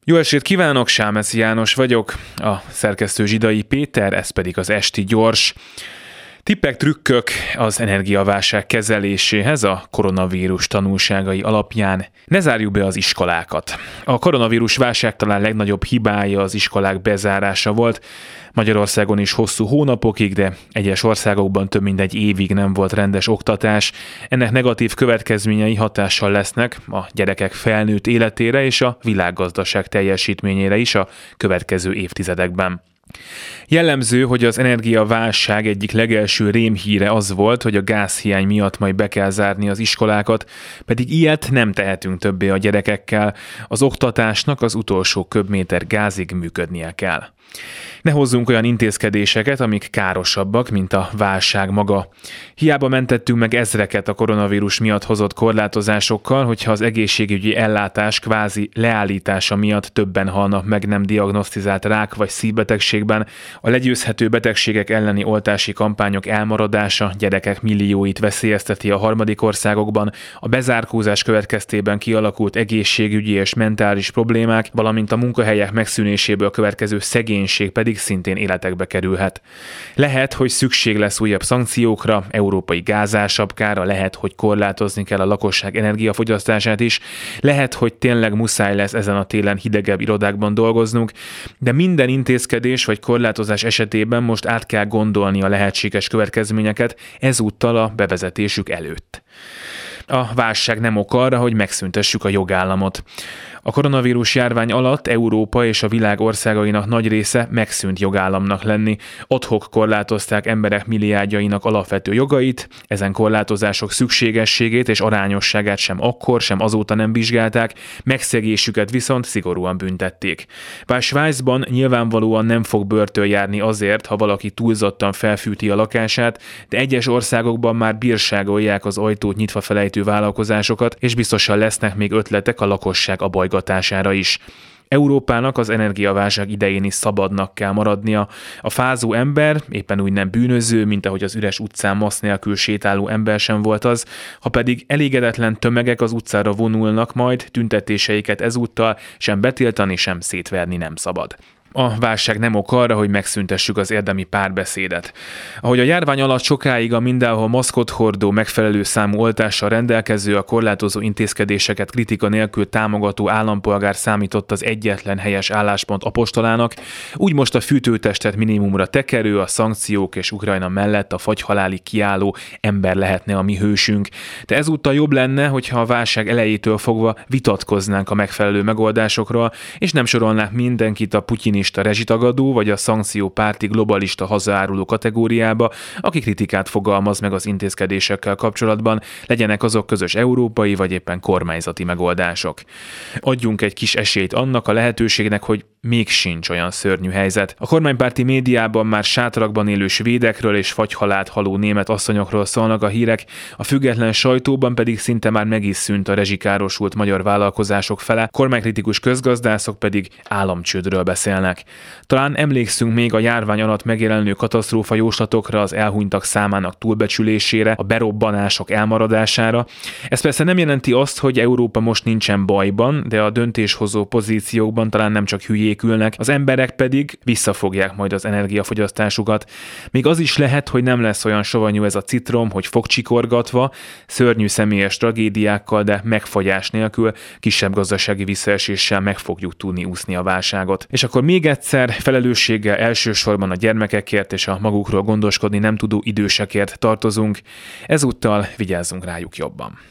Jó estét kívánok, Sámeszi János vagyok, a szerkesztő Zsidai Péter, ez pedig az Esti Gyors. Tippek, trükkök az energiaválság kezeléséhez a koronavírus tanulságai alapján. Ne zárjuk be az iskolákat. A koronavírus válság talán legnagyobb hibája az iskolák bezárása volt. Magyarországon is hosszú hónapokig, de egyes országokban több mint egy évig nem volt rendes oktatás. Ennek negatív következményei hatással lesznek a gyerekek felnőtt életére és a világgazdaság teljesítményére is a következő évtizedekben. Jellemző, hogy az energiaválság egyik legelső rémhíre az volt, hogy a gázhiány miatt majd be kell zárni az iskolákat, pedig ilyet nem tehetünk többé a gyerekekkel, az oktatásnak az utolsó köbméter gázig működnie kell. Ne hozzunk olyan intézkedéseket, amik károsabbak, mint a válság maga. Hiába mentettünk meg ezreket a koronavírus miatt hozott korlátozásokkal, hogyha az egészségügyi ellátás kvázi leállítása miatt többen halnak meg nem diagnosztizált rák vagy szívbetegségben, a legyőzhető betegségek elleni oltási kampányok elmaradása gyerekek millióit veszélyezteti a harmadik országokban, a bezárkózás következtében kialakult egészségügyi és mentális problémák, valamint a munkahelyek megszűnéséből következő szegénység pedig szintén életekbe kerülhet. Lehet, hogy szükség lesz újabb szankciókra, európai gázársapkára, lehet, hogy korlátozni kell a lakosság energiafogyasztását is, lehet, hogy tényleg muszáj lesz ezen a télen hidegebb irodákban dolgoznunk, de minden intézkedés vagy korlátozás esetében most át kell gondolni a lehetséges következményeket, ezúttal a bevezetésük előtt. A válság nem ok arra, hogy megszüntessük a jogállamot. A koronavírus járvány alatt Európa és a világ országainak nagy része megszűnt jogállamnak lenni. Ad-hoc korlátozták emberek milliárdjainak alapvető jogait, ezen korlátozások szükségességét és arányosságát sem akkor, sem azóta nem vizsgálták, megszegésüket viszont szigorúan büntették. Bár Svájcban nyilvánvalóan nem fog börtön járni azért, ha valaki túlzottan felfűti a lakását, de egyes országokban már bírságolják az ajtót nyitva felejtő vállalkozásokat, és biztosan lesznek még ötletek a lakosság abajgatására is. Európának az energiaválság idején is szabadnak kell maradnia. A fázó ember éppen úgy nem bűnöző, mint ahogy az üres utcán masz nélkül sétáló ember sem volt az, ha pedig elégedetlen tömegek az utcára vonulnak majd, tüntetéseiket ezúttal sem betiltani, sem szétverni nem szabad. A válság nem ok arra, hogy megszüntessük az érdemi párbeszédet. Ahogy a járvány alatt sokáig a mindenhol maszkot hordó, megfelelő számú oltással rendelkező, a korlátozó intézkedéseket kritika nélkül támogató állampolgár számított az egyetlen helyes álláspont apostolának, úgy most a fűtőtestet minimumra tekerő, a szankciók és Ukrajna mellett a fagyhalálig kiálló ember lehetne a mi hősünk. De ezúttal jobb lenne, hogyha a válság elejétől fogva vitatkoznánk a megfelelő megoldásokról, és nem sorolnák mindenkit a putyini rezsitagadó vagy a szankciópárti globalista hazaáruló kategóriába, aki kritikát fogalmaz meg az intézkedésekkel kapcsolatban, legyenek azok közös európai vagy éppen kormányzati megoldások. Adjunk egy kis esélyt annak a lehetőségnek, hogy még sincs olyan szörnyű helyzet. A kormánypárti médiában már sátrakban élő svédekről és fagyhalált haló német asszonyokról szólnak a hírek, a független sajtóban pedig szinte már meg is szűnt a rezsikárosult magyar vállalkozások fele, kormánykritikus közgazdászok pedig államcsődről beszélnek. Talán emlékszünk még a járvány alatt megjelenő katasztrófa jóslatokra, az elhunytak számának túlbecsülésére, a berobbanások elmaradására. Ez persze nem jelenti azt, hogy Európa most nincsen bajban, de a döntéshozó pozíciókban talán nem csak hülyék ülnek, az emberek pedig visszafogják majd az energiafogyasztásukat. Még az is lehet, hogy nem lesz olyan savanyú ez a citrom, hogy fogcsikorgatva, szörnyű személyes tragédiákkal, de megfagyás nélkül, kisebb gazdasági visszaeséssel meg fogjuk tudni úszni a válságot. És akkor még egyszer felelősséggel elsősorban a gyermekekért és a magukról gondoskodni nem tudó idősekért tartozunk, ezúttal vigyázzunk rájuk jobban.